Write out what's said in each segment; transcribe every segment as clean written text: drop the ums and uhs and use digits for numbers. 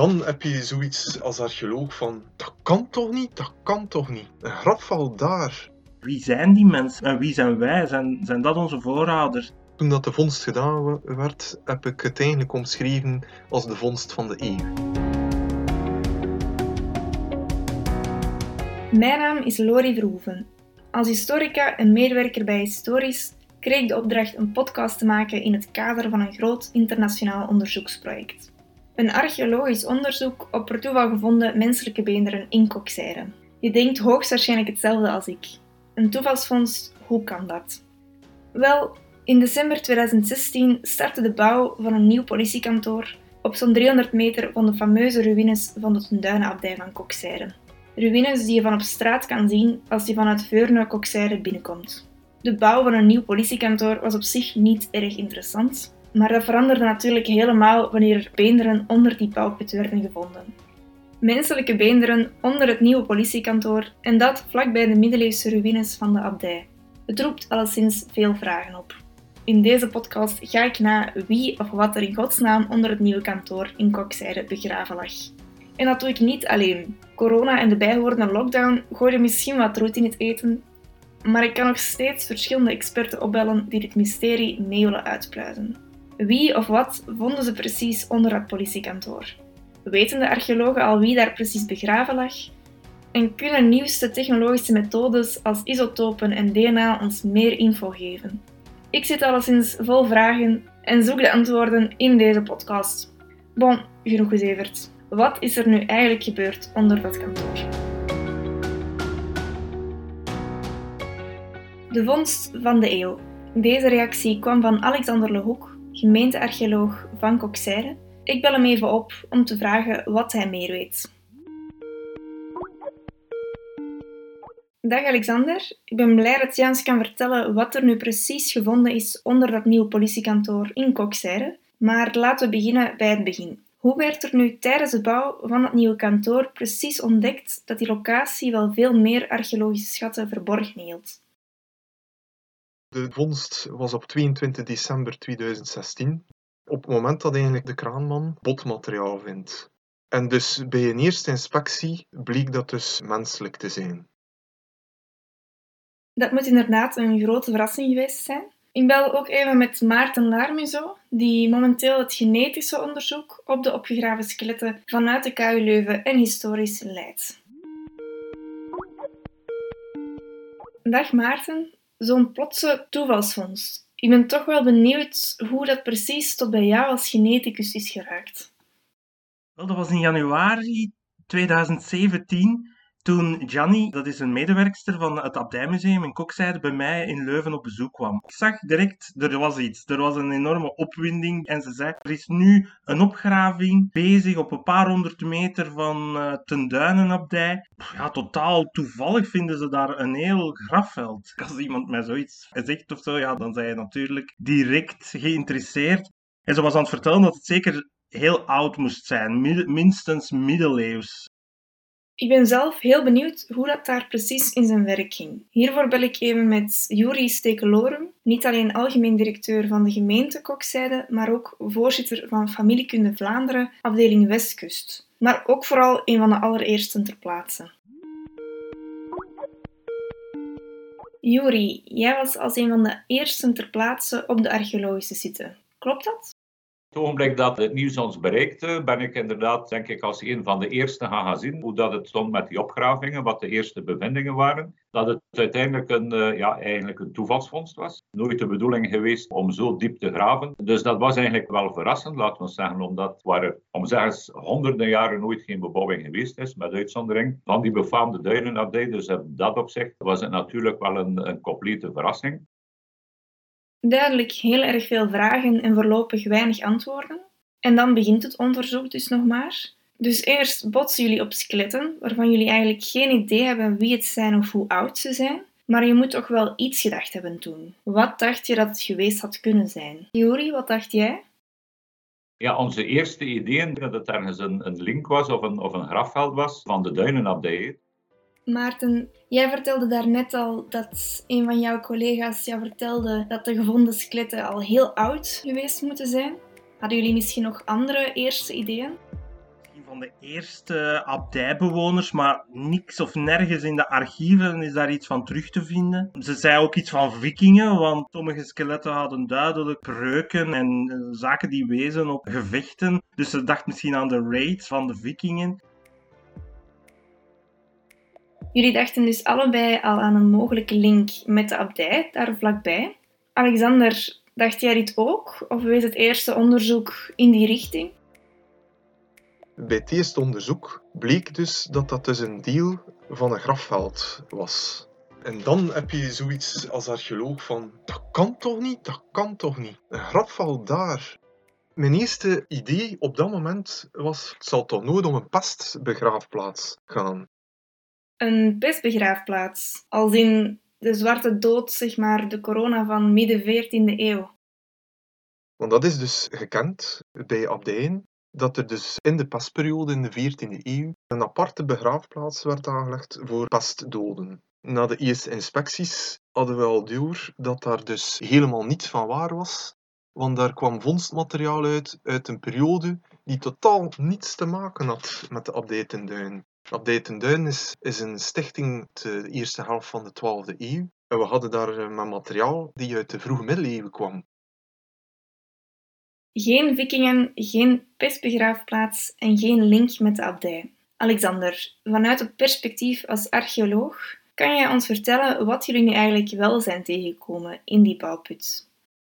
dan heb je zoiets als archeoloog van, dat kan toch niet, dat kan toch niet. Een grafval daar. Wie zijn die mensen en wie zijn wij? Zijn dat onze voorouders? Toen dat de vondst gedaan werd, heb ik het eigenlijk omschreven als de vondst van de eeuw. Mijn naam is Lori Verhoeven. Als historica en medewerker bij Historisch kreeg ik de opdracht een podcast te maken in het kader van een groot internationaal onderzoeksproject. Een archeologisch onderzoek op per toeval gevonden menselijke beenderen in Kokzijde. Je denkt hoogstwaarschijnlijk hetzelfde als ik. Een toevalsvondst, hoe kan dat? Wel, in december 2016 startte de bouw van een nieuw politiekantoor op zo'n 300 meter van de fameuze ruïnes van de Ten Duinen-abdij van Kokzijde. Ruïnes die je van op straat kan zien als je vanuit Veurne-Kokzijde binnenkomt. De bouw van een nieuw politiekantoor was op zich niet erg interessant, maar dat veranderde natuurlijk helemaal wanneer er beenderen onder die bouwput werden gevonden. Menselijke beenderen onder het nieuwe politiekantoor en dat vlakbij de middeleeuwse ruïnes van de abdij. Het roept alleszins veel vragen op. In deze podcast ga ik na wie of wat er in godsnaam onder het nieuwe kantoor in Kokzijde begraven lag. En dat doe ik niet alleen. Corona en de bijhorende lockdown gooiden misschien wat roet in het eten, maar ik kan nog steeds verschillende experten opbellen die dit mysterie mee willen uitpluizen. Wie of wat vonden ze precies onder dat politiekantoor? Weten de archeologen al wie daar precies begraven lag? En kunnen nieuwste technologische methodes als isotopen en DNA ons meer info geven? Ik zit alleszins vol vragen en zoek de antwoorden in deze podcast. Bon, genoeg gezeverd. Wat is er nu eigenlijk gebeurd onder dat kantoor? De vondst van de eeuw. Deze reactie kwam van Alexander Lehoek, gemeentearcheoloog van Kokzijde. Ik bel hem even op om te vragen wat hij meer weet. Dag Alexander, ik ben blij dat je ons kan vertellen wat er nu precies gevonden is onder dat nieuwe politiekantoor in Kokzijde. Maar laten we beginnen bij het begin. Hoe werd er nu tijdens de bouw van het nieuwe kantoor precies ontdekt dat die locatie wel veel meer archeologische schatten verborgen hield? De vondst was op 22 december 2016, op het moment dat eigenlijk de kraanman botmateriaal vindt. En dus bij een eerste inspectie bleek dat dus menselijk te zijn. Dat moet inderdaad een grote verrassing geweest zijn. Ik bel ook even met Maarten Laarmuzo, die momenteel het genetische onderzoek op de opgegraven skeletten vanuit de KU Leuven en Historisch leidt. Dag Maarten, zo'n plotse toevalsvondst. Ik ben toch wel benieuwd hoe dat precies tot bij jou als geneticus is geraakt. Wel, dat was in januari 2017. Toen Gianni, dat is een medewerkster van het Abdijmuseum in Kokzijde, bij mij in Leuven op bezoek kwam. Ik zag direct, er was iets. Er was een enorme opwinding. En ze zei, er is nu een opgraving bezig op een paar honderd meter van Ten Duinen-abdij. Ja, totaal toevallig vinden ze daar een heel grafveld. Als iemand mij zoiets zegt of zo, ja, dan zijn je natuurlijk direct geïnteresseerd. En ze was aan het vertellen dat het zeker heel oud moest zijn. Minstens middeleeuws. Ik ben zelf heel benieuwd hoe dat daar precies in zijn werk ging. Hiervoor bel ik even met Juri Stekelorum, niet alleen algemeen directeur van de gemeente Kokzijde, maar ook voorzitter van Familiekunde Vlaanderen, afdeling Westkust. Maar ook vooral een van de allereersten ter plaatse. Juri, jij was als een van de eersten ter plaatse op de archeologische site. Klopt dat? Op het ogenblik dat het nieuws ons bereikte, ben ik inderdaad, denk ik, als een van de eerste gaan zien hoe dat het stond met die opgravingen, wat de eerste bevindingen waren. Dat het uiteindelijk een toevalsvondst was. Nooit de bedoeling geweest om zo diep te graven. Dus dat was eigenlijk wel verrassend, laten we zeggen, omdat er honderden jaren nooit geen bebouwing geweest is, met uitzondering van die befaamde Duinenabdij. Dus op dat opzicht was het natuurlijk wel een complete verrassing. Duidelijk heel erg veel vragen en voorlopig weinig antwoorden. En dan begint het onderzoek dus nog maar. Dus eerst botsen jullie op skeletten, waarvan jullie eigenlijk geen idee hebben wie het zijn of hoe oud ze zijn. Maar je moet toch wel iets gedacht hebben toen. Wat dacht je dat het geweest had kunnen zijn? Juri, wat dacht jij? Ja, onze eerste ideeën dat het ergens een link was of een grafveld was van de Duinenabdij. Maarten, jij vertelde daarnet al dat een van jouw collega's jou vertelde dat de gevonden skeletten al heel oud geweest moeten zijn. Hadden jullie misschien nog andere eerste ideeën? van de eerste abdijbewoners, maar niks of nergens in de archieven is daar iets van terug te vinden. Ze zei ook iets van vikingen, want sommige skeletten hadden duidelijk breuken en zaken die wezen op gevechten. Dus ze dacht misschien aan de raids van de vikingen. Jullie dachten dus allebei al aan een mogelijke link met de abdij, daar vlakbij. Alexander, dacht jij dit ook? Of wees het eerste onderzoek in die richting? Bij het eerste onderzoek bleek dus dat dat dus een deel van een grafveld was. En dan heb je zoiets als archeoloog van, dat kan toch niet, dat kan toch niet. Een grafveld daar. Mijn eerste idee op dat moment was, het zal toch nooit om een pestbegraafplaats gaan. Een pestbegraafplaats, als in de zwarte dood, zeg maar, de corona van midden 14e eeuw. Want dat is dus gekend bij abdijen, dat er dus in de pestperiode in de 14e eeuw een aparte begraafplaats werd aangelegd voor pestdoden. Na de eerste inspecties hadden we al door dat daar dus helemaal niets van waar was, want daar kwam vondstmateriaal uit een periode die totaal niets te maken had met de abdij ten Duin. De abdij ten Duin is een stichting de eerste helft van de 12e eeuw en we hadden daar met materiaal die uit de vroege middeleeuwen kwam. Geen vikingen, geen pestbegraafplaats en geen link met de abdij. Alexander, vanuit het perspectief als archeoloog, kan jij ons vertellen wat jullie nu eigenlijk wel zijn tegengekomen in die bouwput?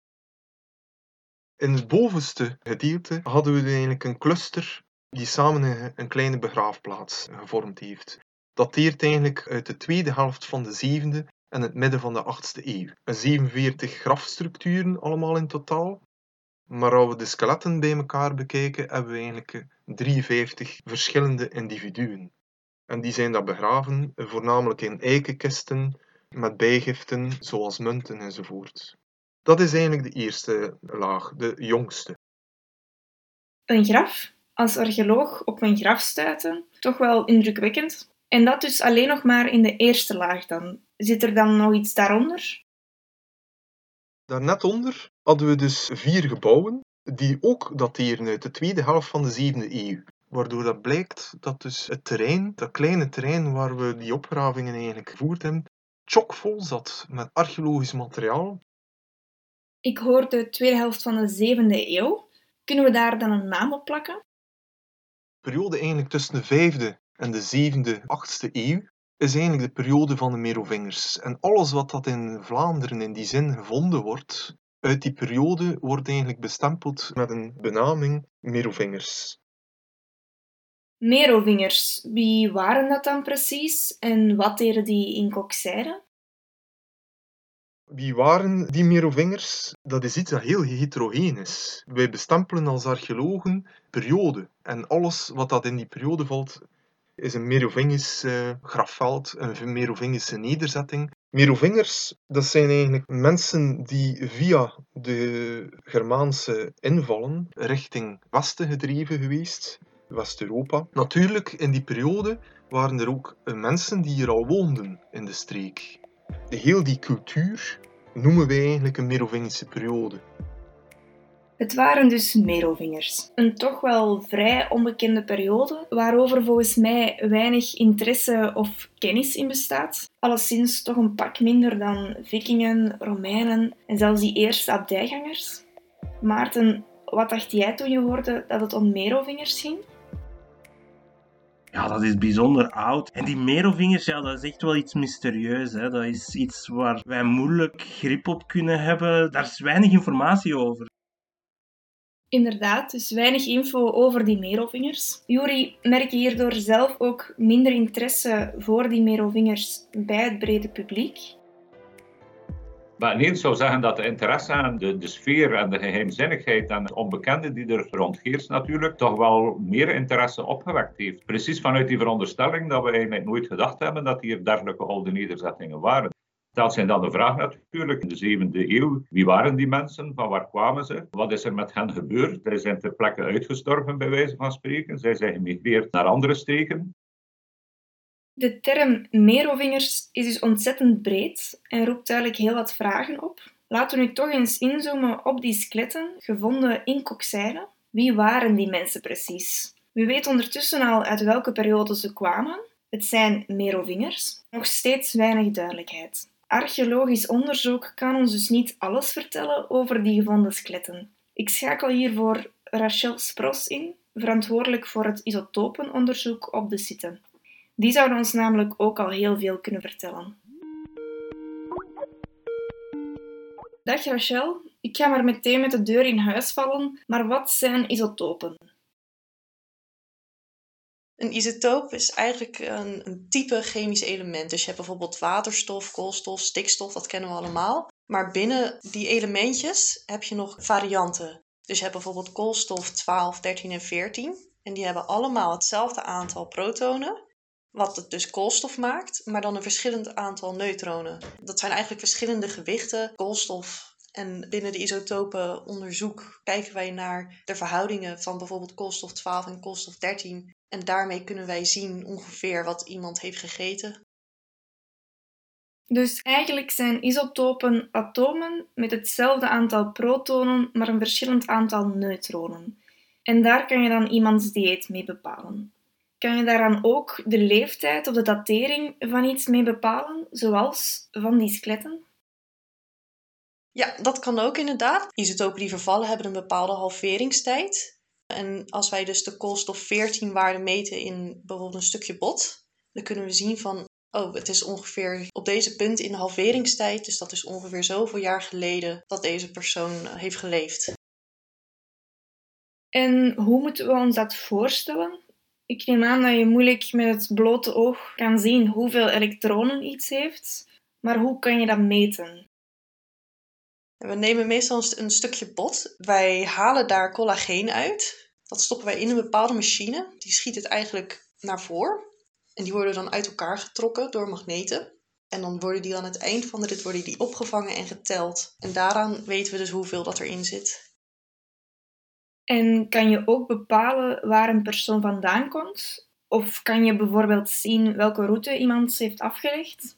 In het bovenste gedeelte hadden we eigenlijk een cluster die samen een kleine begraafplaats gevormd heeft. Dat dateert eigenlijk uit de tweede helft van de 7e en het midden van de 8e eeuw. 47 grafstructuren allemaal in totaal. Maar als we de skeletten bij elkaar bekijken, hebben we eigenlijk 53 verschillende individuen. En die zijn dan begraven, voornamelijk in eikenkisten, met bijgiften, zoals munten enzovoort. Dat is eigenlijk de eerste laag, de jongste. Een graf? Als archeoloog op een graf stuiten? Toch wel indrukwekkend. En dat dus alleen nog maar in de eerste laag dan. Zit er dan nog iets daaronder? Daarnet onder hadden we dus 4 gebouwen, die ook dateren uit de tweede helft van de 7e eeuw. Waardoor dat blijkt dat dus het terrein, dat kleine terrein waar we die opgravingen eigenlijk gevoerd hebben, chockvol zat met archeologisch materiaal. Ik hoor de tweede helft van de 7e eeuw. Kunnen we daar dan een naam op plakken? De periode eigenlijk tussen de 5e en de 7e, 8e eeuw is eigenlijk de periode van de Merovingers. En alles wat dat in Vlaanderen in die zin gevonden wordt, uit die periode wordt eigenlijk bestempeld met een benaming Merovingers. Merovingers, wie waren dat dan precies en wat deden die in Kokzijde? Wie waren die Merovingers? Dat is iets dat heel heterogeen is. Wij bestempelen als archeologen periode. En alles wat dat in die periode valt, is een Merovingisch grafveld, een Merovingische nederzetting. Merovingers, dat zijn eigenlijk mensen die via de Germaanse invallen richting Westen gedreven geweest, West-Europa. Natuurlijk, in die periode waren er ook mensen die hier al woonden in de streek. Heel die cultuur noemen wij eigenlijk een Merovingische periode. Het waren dus Merovingers. Een toch wel vrij onbekende periode, waarover volgens mij weinig interesse of kennis in bestaat. Alleszins toch een pak minder dan vikingen, Romeinen en zelfs die eerste abdijgangers. Maarten, wat dacht jij toen je hoorde dat het om Merovingers ging? Ja, dat is bijzonder oud. En die Merovingers, ja, dat is echt wel iets mysterieus. Hè? Dat is iets waar wij moeilijk grip op kunnen hebben. Daar is weinig informatie over. Inderdaad, dus weinig info over die Merovingers. Juri, merk je hierdoor zelf ook minder interesse voor die Merovingers bij het brede publiek? Maar nee, ik zou zeggen dat de interesse en de sfeer en de geheimzinnigheid en het onbekende die er rondheerst natuurlijk toch wel meer interesse opgewekt heeft. Precies vanuit die veronderstelling dat we eigenlijk nooit gedacht hebben dat hier dergelijke oude nederzettingen waren. Dat zijn dan de vraag natuurlijk, in de 7e eeuw, wie waren die mensen, van waar kwamen ze, wat is er met hen gebeurd? Zij zijn ter plekke uitgestorven bij wijze van spreken, zij zijn gemigreerd naar andere streken. De term Merovingers is dus ontzettend breed en roept duidelijk heel wat vragen op. Laten we nu toch eens inzoomen op die skeletten, gevonden in Kokzijde. Wie waren die mensen precies? We weten ondertussen al uit welke periode ze kwamen. Het zijn Merovingers. Nog steeds weinig duidelijkheid. Archeologisch onderzoek kan ons dus niet alles vertellen over die gevonden skeletten. Ik schakel hiervoor Rachel Spross in, verantwoordelijk voor het isotopenonderzoek op de site. Die zouden ons namelijk ook al heel veel kunnen vertellen. Dag Rachel, ik ga maar meteen met de deur in huis vallen, maar wat zijn isotopen? Een isotoop is eigenlijk een type chemisch element. Dus je hebt bijvoorbeeld waterstof, koolstof, stikstof, dat kennen we allemaal. Maar binnen die elementjes heb je nog varianten. Dus je hebt bijvoorbeeld koolstof 12, 13 en 14. En die hebben allemaal hetzelfde aantal protonen, wat het dus koolstof maakt, maar dan een verschillend aantal neutronen. Dat zijn eigenlijk verschillende gewichten koolstof. En binnen de isotopenonderzoek kijken wij naar de verhoudingen van bijvoorbeeld koolstof 12 en koolstof 13. En daarmee kunnen wij zien ongeveer wat iemand heeft gegeten. Dus eigenlijk zijn isotopen atomen met hetzelfde aantal protonen, maar een verschillend aantal neutronen. En daar kan je dan iemands dieet mee bepalen. Kan je daaraan ook de leeftijd of de datering van iets mee bepalen, zoals van die skeletten? Ja, dat kan ook inderdaad. Isotopen die vervallen hebben een bepaalde halveringstijd. En als wij dus de koolstof 14 waarde meten in bijvoorbeeld een stukje bot, dan kunnen we zien van, het is ongeveer op deze punt in de halveringstijd, dus dat is ongeveer zoveel jaar geleden dat deze persoon heeft geleefd. En hoe moeten we ons dat voorstellen? Ik neem aan dat je moeilijk met het blote oog kan zien hoeveel elektronen iets heeft, maar hoe kan je dat meten? We nemen meestal een stukje bot. Wij halen daar collageen uit. Dat stoppen wij in een bepaalde machine. Die schiet het eigenlijk naar voren. En die worden dan uit elkaar getrokken door magneten. En dan worden die aan het eind van de rit worden die opgevangen en geteld. En daaraan weten we dus hoeveel dat erin zit. En kan je ook bepalen waar een persoon vandaan komt? Of kan je bijvoorbeeld zien welke route iemand heeft afgelegd?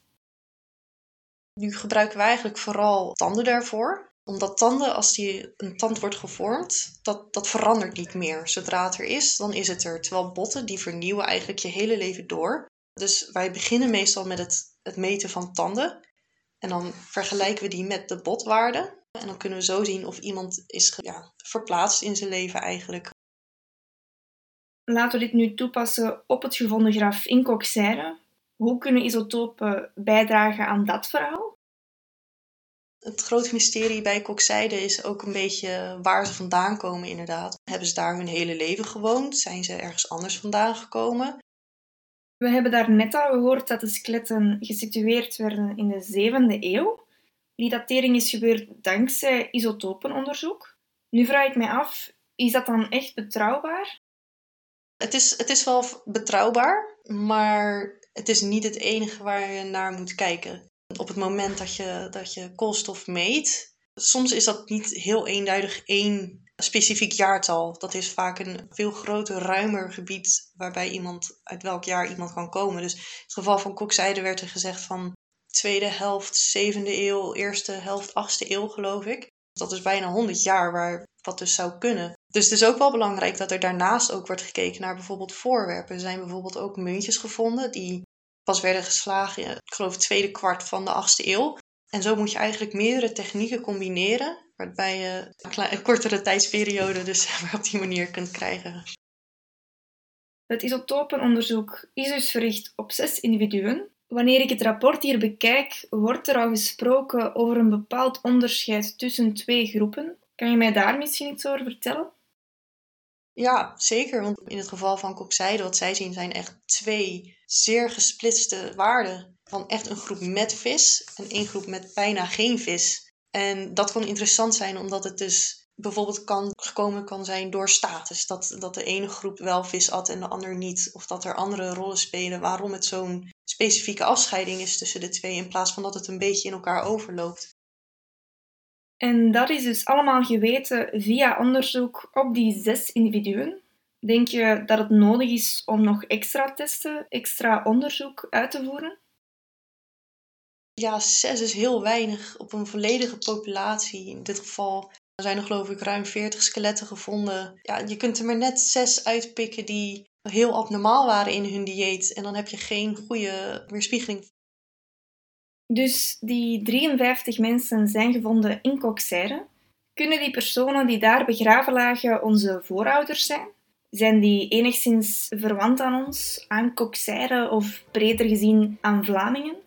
Nu gebruiken wij eigenlijk vooral tanden daarvoor. Omdat tanden, als een tand wordt gevormd, dat verandert niet meer. Zodra het er is, dan is het er. Terwijl botten, die vernieuwen eigenlijk je hele leven door. Dus wij beginnen meestal met het meten van tanden. En dan vergelijken we die met de botwaarde. En dan kunnen we zo zien of iemand is verplaatst in zijn leven eigenlijk. Laten we dit nu toepassen op het gevonden graf in Kokzijde. Hoe kunnen isotopen bijdragen aan dat verhaal? Het grote mysterie bij Kokzijde is ook een beetje waar ze vandaan komen inderdaad. Hebben ze daar hun hele leven gewoond? Zijn ze ergens anders vandaan gekomen? We hebben daar net al gehoord dat de skeletten gesitueerd werden in de 7e eeuw. Die datering is gebeurd dankzij isotopenonderzoek. Nu vraag ik mij af, is dat dan echt betrouwbaar? Het is wel betrouwbaar, maar het is niet het enige waar je naar moet kijken. Op het moment dat je koolstof meet, soms is dat niet heel eenduidig één specifiek jaartal. Dat is vaak een veel groter, ruimer gebied waarbij uit welk jaar iemand kan komen. Dus in het geval van Kokzijde werd er gezegd van tweede helft 7e eeuw, eerste helft 8e eeuw geloof ik. Dat is bijna 100 jaar wat dus zou kunnen. Dus het is ook wel belangrijk dat er daarnaast ook wordt gekeken naar bijvoorbeeld voorwerpen. Er zijn bijvoorbeeld ook muntjes gevonden die pas werden geslagen, ik geloof het tweede kwart van de 8e eeuw. En zo moet je eigenlijk meerdere technieken combineren, waarbij je een kortere tijdsperiode dus op die manier kunt krijgen. Het isotopenonderzoek is dus verricht op 6 individuen. Wanneer ik het rapport hier bekijk, wordt er al gesproken over een bepaald onderscheid tussen 2 groepen. Kan je mij daar misschien iets over vertellen? Ja, zeker. Want in het geval van Kokzijde, wat zij zien, zijn echt 2 zeer gesplitste waarden. Van echt een groep met vis en 1 groep met bijna geen vis. En dat kan interessant zijn, omdat het dus bijvoorbeeld gekomen kan zijn door status. Dat de ene groep wel vis at en de ander niet. Of dat er andere rollen spelen waarom het zo'n specifieke afscheiding is tussen de 2, in plaats van dat het een beetje in elkaar overloopt. En dat is dus allemaal geweten via onderzoek op die 6 individuen. Denk je dat het nodig is om nog extra testen, extra onderzoek uit te voeren? Ja, 6 is heel weinig op een volledige populatie. In dit geval Er zijn er geloof ik ruim 40 skeletten gevonden. Ja, je kunt er maar net 6 uitpikken die heel abnormaal waren in hun dieet. En dan heb je geen goede weerspiegeling. Dus die 53 mensen zijn gevonden in Coxyre. Kunnen die personen die daar begraven lagen onze voorouders zijn? Zijn die enigszins verwant aan ons, aan Coxyre of breder gezien aan Vlamingen?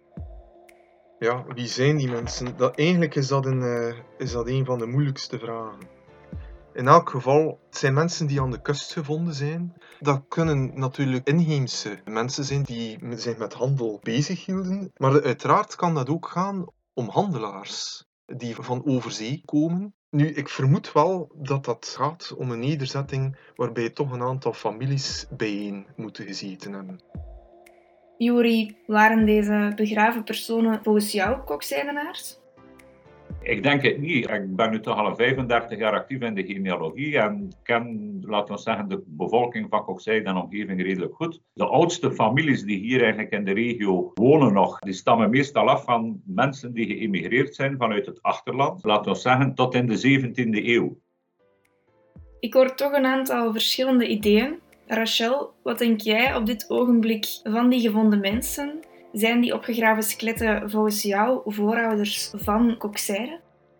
Ja, wie zijn die mensen? Eigenlijk is dat een van de moeilijkste vragen. In elk geval, het zijn mensen die aan de kust gevonden zijn. Dat kunnen natuurlijk inheemse mensen zijn die zich met handel bezighielden. Maar uiteraard kan dat ook gaan om handelaars die van overzee komen. Nu, ik vermoed wel dat dat gaat om een nederzetting waarbij toch een aantal families bijeen moeten gezeten hebben. Juri, waren deze begraven personen volgens jou Coxyrenaars? Ik denk het niet. Ik ben nu toch al 35 jaar actief in de genealogie en ken, laten we zeggen, de bevolking van Coxyre en omgeving redelijk goed. De oudste families die hier eigenlijk in de regio wonen nog, die stammen meestal af van mensen die geëmigreerd zijn vanuit het achterland, laten we zeggen, tot in de 17e eeuw. Ik hoor toch een aantal verschillende ideeën. Rachel, wat denk jij op dit ogenblik van die gevonden mensen? Zijn die opgegraven skeletten volgens jou voorouders van Coxyre?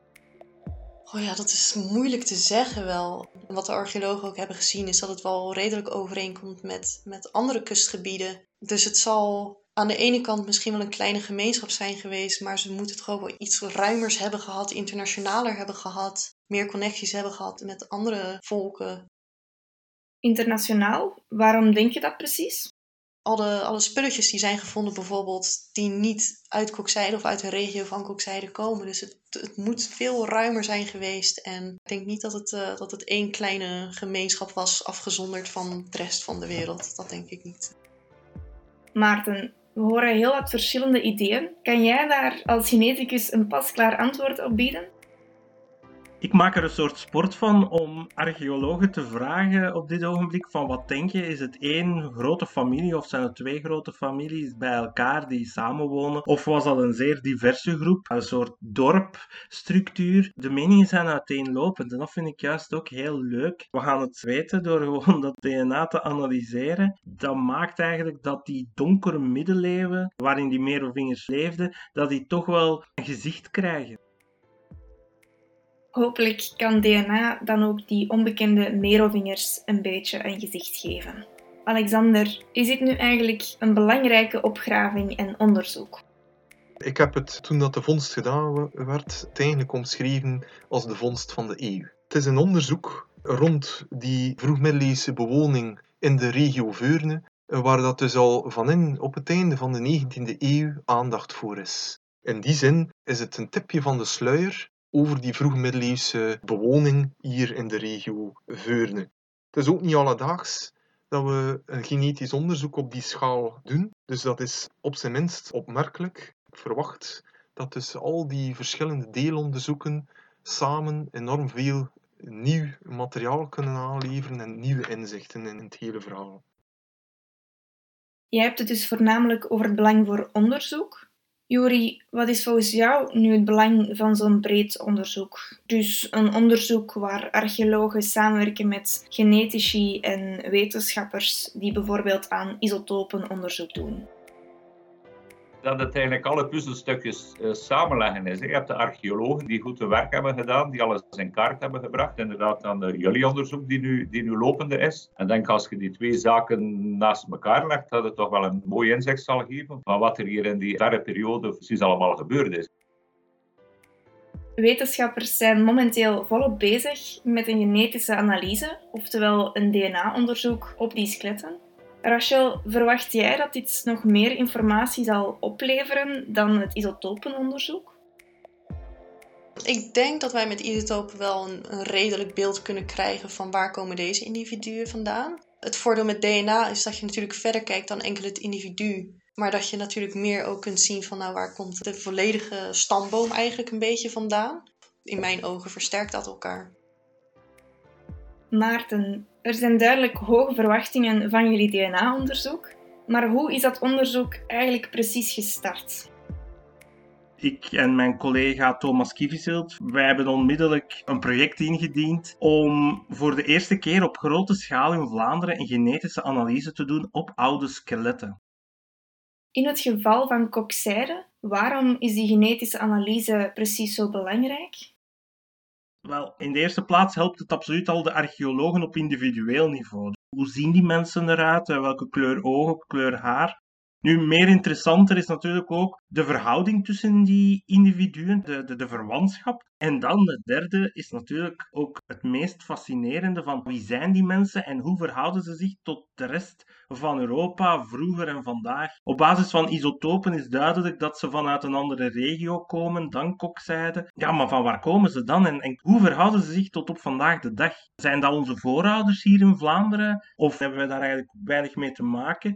Oh ja, dat is moeilijk te zeggen wel. Wat de archeologen ook hebben gezien is dat het wel redelijk overeenkomt met andere kustgebieden. Dus het zal aan de ene kant misschien wel een kleine gemeenschap zijn geweest, maar ze moeten toch ook wel iets ruimers hebben gehad, internationaler hebben gehad, meer connecties hebben gehad met andere volken. Internationaal? Waarom denk je dat precies? Alle spulletjes die zijn gevonden bijvoorbeeld, die niet uit Coxyre of uit de regio van Coxyre komen. Dus het moet veel ruimer zijn geweest. En ik denk niet dat het één kleine gemeenschap was afgezonderd van de rest van de wereld. Dat denk ik niet. Maarten, we horen heel wat verschillende ideeën. Kan jij daar als geneticus een pasklaar antwoord op bieden? Ik maak er een soort sport van om archeologen te vragen op dit ogenblik van wat denk je, is het één grote familie of zijn het twee grote families bij elkaar die samenwonen? Of was dat een zeer diverse groep, een soort dorpstructuur? De meningen zijn uiteenlopend en dat vind ik juist ook heel leuk. We gaan het weten door gewoon dat DNA te analyseren. Dat maakt eigenlijk dat die donkere middeleeuwen, waarin die Merovingers leefden, dat die toch wel een gezicht krijgen. Hopelijk kan DNA dan ook die onbekende Merovingers een beetje een gezicht geven. Alexander, is dit nu eigenlijk een belangrijke opgraving en onderzoek? Ik heb het, toen dat de vondst gedaan werd, eigenlijk omschreven als de vondst van de eeuw. Het is een onderzoek rond die vroegmiddeleeuwse bewoning in de regio Veurne, waar dat dus al van op het einde van de 19e eeuw aandacht voor is. In die zin is het een tipje van de sluier over die vroegmiddeleeuwse bewoning hier in de regio Veurne. Het is ook niet alledaags dat we een genetisch onderzoek op die schaal doen, dus dat is op zijn minst opmerkelijk. Ik verwacht dat dus al die verschillende deelonderzoeken samen enorm veel nieuw materiaal kunnen aanleveren en nieuwe inzichten in het hele verhaal. Jij hebt het dus voornamelijk over het belang voor onderzoek. Juri, wat is volgens jou nu het belang van zo'n breed onderzoek? Dus een onderzoek waar archeologen samenwerken met genetici en wetenschappers die bijvoorbeeld aan isotopenonderzoek doen. Dat het eigenlijk alle puzzelstukjes samenleggen is. Je hebt de archeologen die goed hun werk hebben gedaan, die alles in kaart hebben gebracht. Inderdaad aan jullie onderzoek die nu lopende is. En denk als je die twee zaken naast elkaar legt, dat het toch wel een mooi inzicht zal geven van wat er hier in die verre periode precies allemaal gebeurd is. Wetenschappers zijn momenteel volop bezig met een genetische analyse, oftewel een DNA-onderzoek op die skeletten. Rachel, verwacht jij dat dit nog meer informatie zal opleveren dan het isotopenonderzoek? Ik denk dat wij met isotopen wel een redelijk beeld kunnen krijgen van waar komen deze individuen vandaan. Het voordeel met DNA is dat je natuurlijk verder kijkt dan enkel het individu. Maar dat je natuurlijk meer ook kunt zien van waar komt de volledige stamboom eigenlijk een beetje vandaan. In mijn ogen versterkt dat elkaar. Maarten, er zijn duidelijk hoge verwachtingen van jullie DNA-onderzoek. Maar hoe is dat onderzoek eigenlijk precies gestart? Ik en mijn collega Thomas Kievizild, wij hebben onmiddellijk een project ingediend om voor de eerste keer op grote schaal in Vlaanderen een genetische analyse te doen op oude skeletten. In het geval van Coxyde, waarom is die genetische analyse precies zo belangrijk? Wel, in de eerste plaats helpt het absoluut al de archeologen op individueel niveau. Hoe zien die mensen eruit? Welke kleur ogen, kleur haar? Nu, meer interessanter is natuurlijk ook de verhouding tussen die individuen, de verwantschap. En dan de derde is natuurlijk ook het meest fascinerende van wie zijn die mensen en hoe verhouden ze zich tot de rest van Europa, vroeger en vandaag. Op basis van isotopen is duidelijk dat ze vanuit een andere regio komen dan Coxyde. Ja, maar van waar komen ze dan en hoe verhouden ze zich tot op vandaag de dag? Zijn dat onze voorouders hier in Vlaanderen of hebben we daar eigenlijk weinig mee te maken?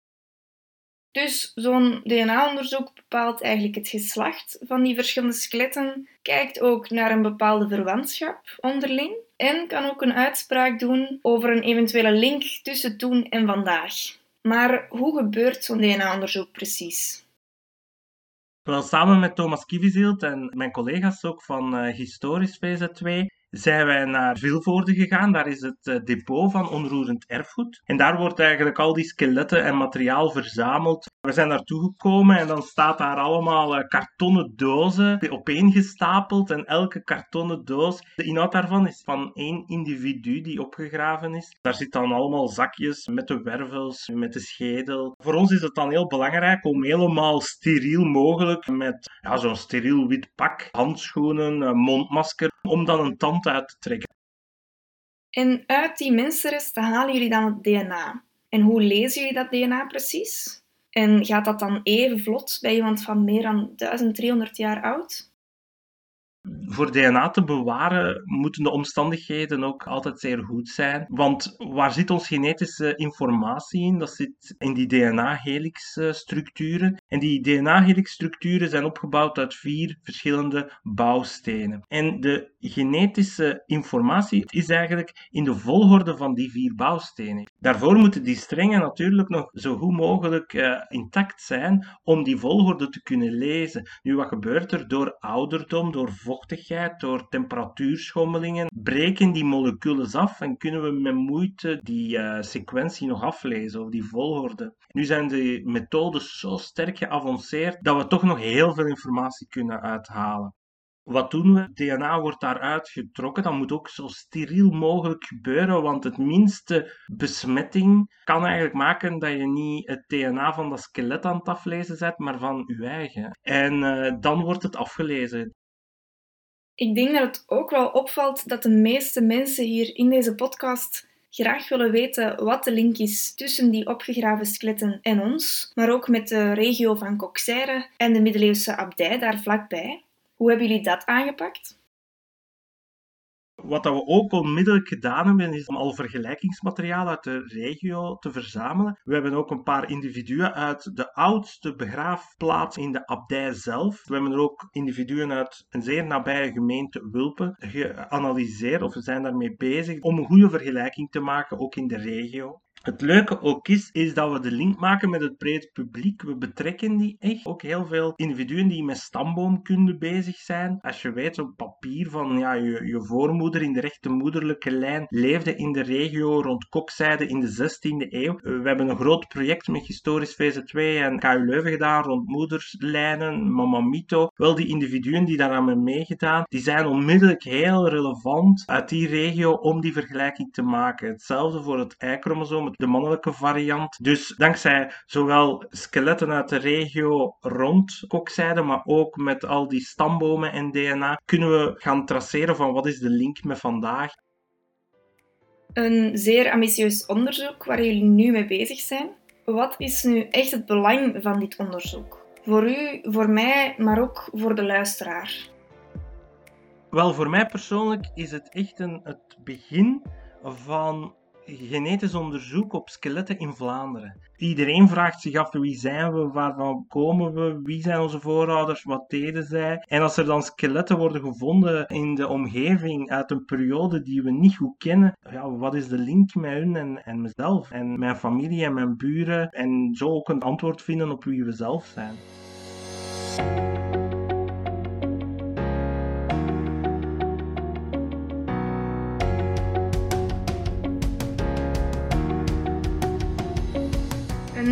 Dus zo'n DNA-onderzoek bepaalt eigenlijk het geslacht van die verschillende skeletten, kijkt ook naar een bepaalde verwantschap onderling en kan ook een uitspraak doen over een eventuele link tussen toen en vandaag. Maar hoe gebeurt zo'n DNA-onderzoek precies? Wel, samen met Thomas Kievizild en mijn collega's ook van Historisch VZ2 zijn wij naar Vilvoorde gegaan. Daar is het depot van onroerend erfgoed. En daar wordt eigenlijk al die skeletten en materiaal verzameld. We zijn naartoe gekomen en dan staat daar allemaal kartonnen dozen opeengestapeld. En elke kartonnen doos, de inhoud daarvan is van één individu die opgegraven is. Daar zitten dan allemaal zakjes met de wervels, met de schedel. Voor ons is het dan heel belangrijk om helemaal steriel mogelijk, met zo'n steriel wit pak, handschoenen, mondmasker, om dan een tand uit te trekken. En uit die mensenresten halen jullie dan het DNA. En hoe lezen jullie dat DNA precies? En gaat dat dan even vlot bij iemand van meer dan 1300 jaar oud? Voor DNA te bewaren moeten de omstandigheden ook altijd zeer goed zijn. Want waar zit ons genetische informatie in? Dat zit in die DNA-helixstructuren. En die DNA-helixstructuren zijn opgebouwd uit 4 verschillende bouwstenen. En de genetische informatie is eigenlijk in de volgorde van die 4 bouwstenen. Daarvoor moeten die strengen natuurlijk nog zo goed mogelijk intact zijn om die volgorde te kunnen lezen. Nu, wat gebeurt er? Door ouderdom, door vochtigheid, door temperatuurschommelingen, breken die moleculen af en kunnen we met moeite die sequentie nog aflezen, of die volgorde. Nu zijn de methodes zo sterk geavanceerd dat we toch nog heel veel informatie kunnen uithalen. Wat doen we? DNA wordt daaruit getrokken. Dat moet ook zo steriel mogelijk gebeuren, want het minste besmetting kan eigenlijk maken dat je niet het DNA van dat skelet aan het aflezen bent, maar van je eigen. En dan wordt het afgelezen. Ik denk dat het ook wel opvalt dat de meeste mensen hier in deze podcast graag willen weten wat de link is tussen die opgegraven skeletten en ons, maar ook met de regio van Coxyde en de middeleeuwse abdij daar vlakbij. Hoe hebben jullie dat aangepakt? Wat we ook onmiddellijk gedaan hebben, is om al vergelijkingsmateriaal uit de regio te verzamelen. We hebben ook een paar individuen uit de oudste begraafplaats in de abdij zelf. We hebben er ook individuen uit een zeer nabije gemeente Wulpen geanalyseerd, of we zijn daarmee bezig, om een goede vergelijking te maken, ook in de regio. Het leuke ook is dat we de link maken met het brede publiek. We betrekken die echt. Ook heel veel individuen die met stamboomkunde bezig zijn. Als je weet op papier van je voormoeder in de rechte moederlijke lijn leefde in de regio rond Coxyde in de 16e eeuw. We hebben een groot project met Historisch VZ2 en KU Leuven gedaan rond moederslijnen, Mama Mito. Wel, die individuen die daar aan hebben meegedaan, die zijn onmiddellijk heel relevant uit die regio om die vergelijking te maken. Hetzelfde voor het Y-chromosoom, de mannelijke variant. Dus dankzij zowel skeletten uit de regio rond Coxyde, maar ook met al die stambomen en DNA, kunnen we gaan traceren van wat is de link met vandaag. Een zeer ambitieus onderzoek waar jullie nu mee bezig zijn. Wat is nu echt het belang van dit onderzoek? Voor u, voor mij, maar ook voor de luisteraar. Wel, voor mij persoonlijk is het echt het begin van genetisch onderzoek op skeletten in Vlaanderen. Iedereen vraagt zich af wie zijn we, waarvan komen we, wie zijn onze voorouders, wat deden zij. En als er dan skeletten worden gevonden in de omgeving uit een periode die we niet goed kennen, wat is de link met hun en mezelf en mijn familie en mijn buren en zo ook een antwoord vinden op wie we zelf zijn.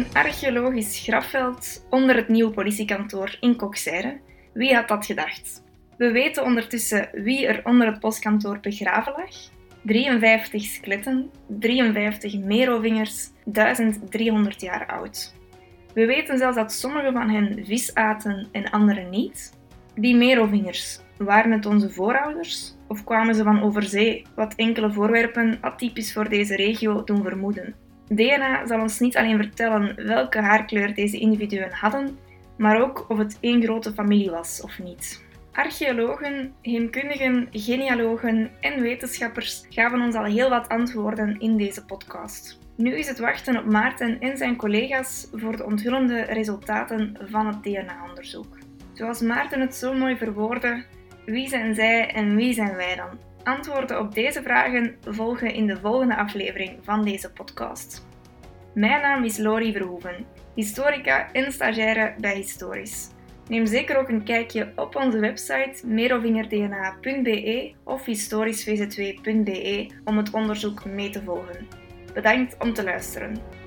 Een archeologisch grafveld onder het nieuwe politiekantoor in Koksijde. Wie had dat gedacht? We weten ondertussen wie er onder het postkantoor begraven lag. 53 skeletten, 53 merovingers, 1300 jaar oud. We weten zelfs dat sommige van hen vis aten en anderen niet. Die merovingers, waren het onze voorouders of kwamen ze van over zee, wat enkele voorwerpen atypisch voor deze regio doen vermoeden? DNA zal ons niet alleen vertellen welke haarkleur deze individuen hadden, maar ook of het één grote familie was of niet. Archeologen, heemkundigen, genealogen en wetenschappers gaven ons al heel wat antwoorden in deze podcast. Nu is het wachten op Maarten en zijn collega's voor de onthullende resultaten van het DNA-onderzoek. Zoals Maarten het zo mooi verwoordde, wie zijn zij en wie zijn wij dan? Antwoorden op deze vragen volgen in de volgende aflevering van deze podcast. Mijn naam is Lori Verhoeven, historica en stagiaire bij Historisch. Neem zeker ook een kijkje op onze website merovingerdna.be of historischvz2.be om het onderzoek mee te volgen. Bedankt om te luisteren.